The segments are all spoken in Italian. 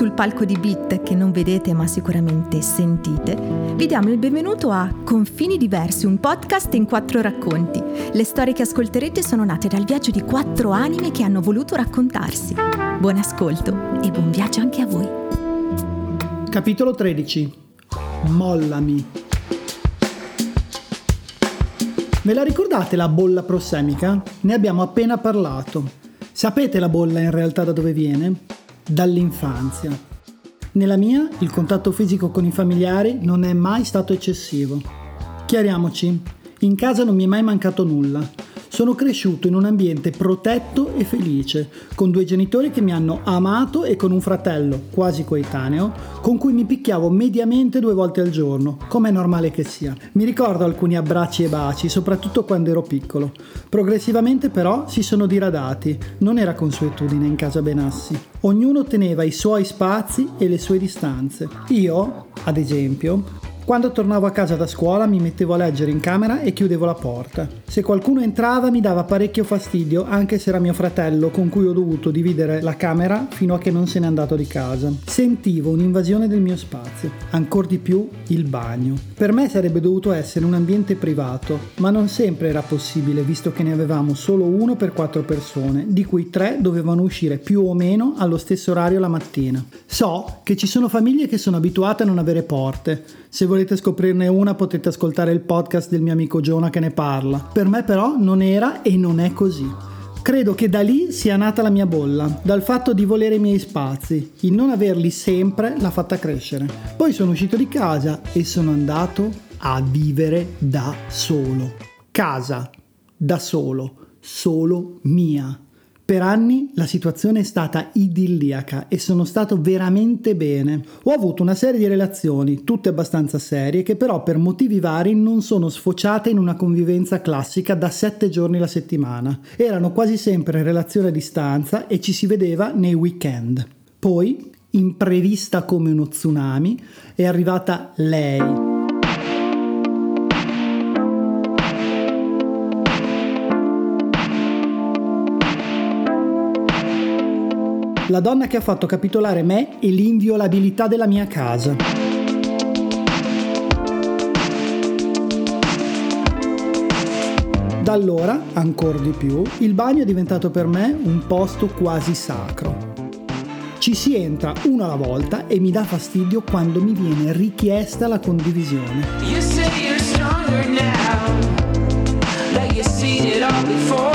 sul palco di Beat che non vedete ma sicuramente sentite, vi diamo il benvenuto a Confini Diversi, un podcast in 4 racconti. Le storie che ascolterete sono nate dal viaggio di 4 anime che hanno voluto raccontarsi. Buon ascolto e buon viaggio anche a voi. Capitolo 13. Mollami. Ve la ricordate la bolla prossemica? Ne abbiamo appena parlato. Sapete la bolla in realtà da dove viene? Dall'infanzia. Nella mia, il contatto fisico con i familiari non è mai stato eccessivo. Chiariamoci, in casa non mi è mai mancato nulla. Sono cresciuto in un ambiente protetto e felice, con 2 genitori che mi hanno amato e con un fratello, quasi coetaneo, con cui mi picchiavo mediamente 2 volte al giorno, come è normale che sia. Mi ricordo alcuni abbracci e baci, soprattutto quando ero piccolo. Progressivamente però si sono diradati, non era consuetudine in casa Benassi. Ognuno teneva i suoi spazi e le sue distanze. Io, ad esempio, quando tornavo a casa da scuola mi mettevo a leggere in camera e chiudevo la porta. Se qualcuno entrava mi dava parecchio fastidio, anche se era mio fratello con cui ho dovuto dividere la camera fino a che non se n'è andato di casa. Sentivo un'invasione del mio spazio, ancor di più il bagno. Per me sarebbe dovuto essere un ambiente privato, ma non sempre era possibile visto che ne avevamo solo uno per 4 persone, di cui 3 dovevano uscire più o meno allo stesso orario la mattina. So che ci sono famiglie che sono abituate a non avere porte. Se volete scoprirne una potete ascoltare il podcast del mio amico Giona che ne parla. Per me però non era e non è così. Credo che da lì sia nata la mia bolla, dal fatto di volere i miei spazi. Il non averli sempre l'ha fatta crescere. Poi sono uscito di casa e sono andato a vivere da solo. Casa, da solo, solo mia. Per anni la situazione è stata idilliaca e sono stato veramente bene. Ho avuto una serie di relazioni, tutte abbastanza serie, che però per motivi vari non sono sfociate in una convivenza classica da 7 giorni la settimana. Erano quasi sempre relazioni a distanza e ci si vedeva nei weekend. Poi, imprevista come uno tsunami, è arrivata lei. La donna che ha fatto capitolare me e l'inviolabilità della mia casa. Da allora, ancor di più, il bagno è diventato per me un posto quasi sacro. Ci si entra uno alla volta e mi dà fastidio quando mi viene richiesta la condivisione. You say you're stronger now, like you've seen it all before.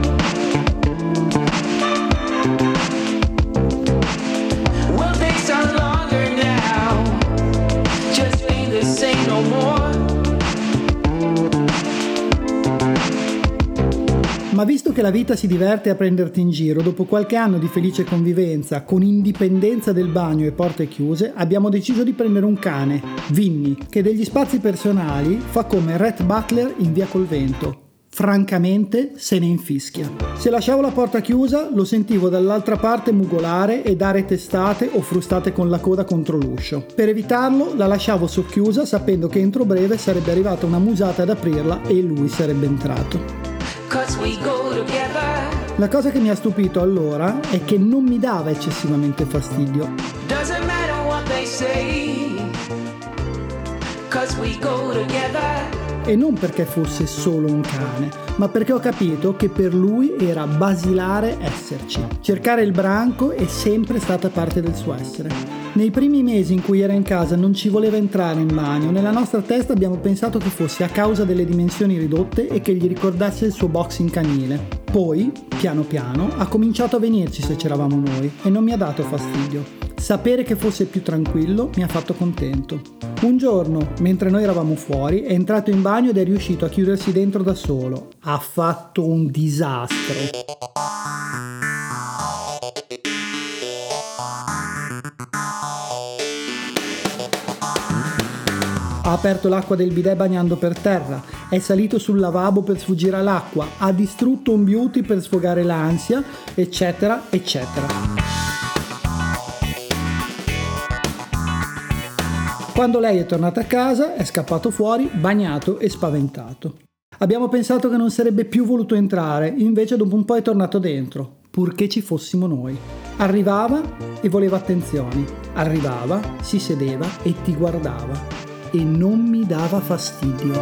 Ma visto che la vita si diverte a prenderti in giro, dopo qualche anno di felice convivenza, con indipendenza del bagno e porte chiuse, abbiamo deciso di prendere un cane, Vinny, che degli spazi personali fa come Rhett Butler in Via col Vento. Francamente se ne infischia. Se lasciavo la porta chiusa lo sentivo dall'altra parte mugolare e dare testate o frustate con la coda contro l'uscio. Per evitarlo la lasciavo socchiusa sapendo che entro breve sarebbe arrivata una musata ad aprirla e lui sarebbe entrato. La cosa che mi ha stupito allora è che non mi dava eccessivamente fastidio. E non perché fosse solo un cane, ma perché ho capito che per lui era basilare esserci. Cercare il branco è sempre stata parte del suo essere. Nei primi mesi in cui era in casa non ci voleva entrare in bagno, nella nostra testa abbiamo pensato che fosse a causa delle dimensioni ridotte e che gli ricordasse il suo boxing canile. Poi, piano piano, ha cominciato a venirci se c'eravamo noi e non mi ha dato fastidio. Sapere che fosse più tranquillo mi ha fatto contento. Un giorno, mentre noi eravamo fuori, è entrato in bagno ed è riuscito a chiudersi dentro da solo. Ha fatto un disastro. Ha aperto l'acqua del bidet bagnando per terra, è salito sul lavabo per sfuggire all'acqua, ha distrutto un beauty per sfogare l'ansia, eccetera, eccetera. Quando lei è tornata a casa è scappato fuori, bagnato e spaventato. Abbiamo pensato che non sarebbe più voluto entrare, invece dopo un po' è tornato dentro, purché ci fossimo noi. Arrivava e voleva attenzioni. Arrivava, si sedeva e ti guardava. E non mi dava fastidio.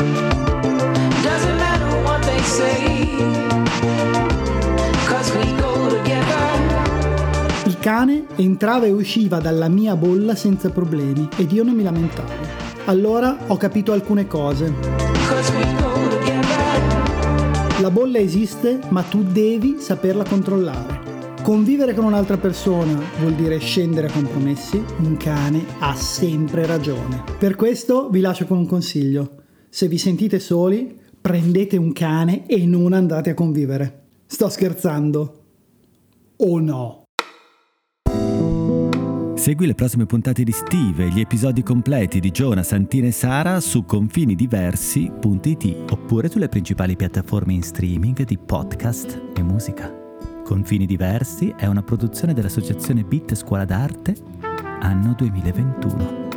Il cane entrava e usciva dalla mia bolla senza problemi ed io non mi lamentavo. Allora ho capito alcune cose. La bolla esiste, ma tu devi saperla controllare. Convivere con un'altra persona vuol dire scendere a compromessi. Un cane ha sempre ragione. Per questo vi lascio con un consiglio. Se vi sentite soli, prendete un cane e non andate a convivere. Sto scherzando. O no? Segui le prossime puntate di Steve e gli episodi completi di Jonah, Santina e Sara su confinidiversi.it oppure sulle principali piattaforme in streaming di podcast e musica. Confini Diversi è una produzione dell'associazione Beat Scuola d'Arte, anno 2021.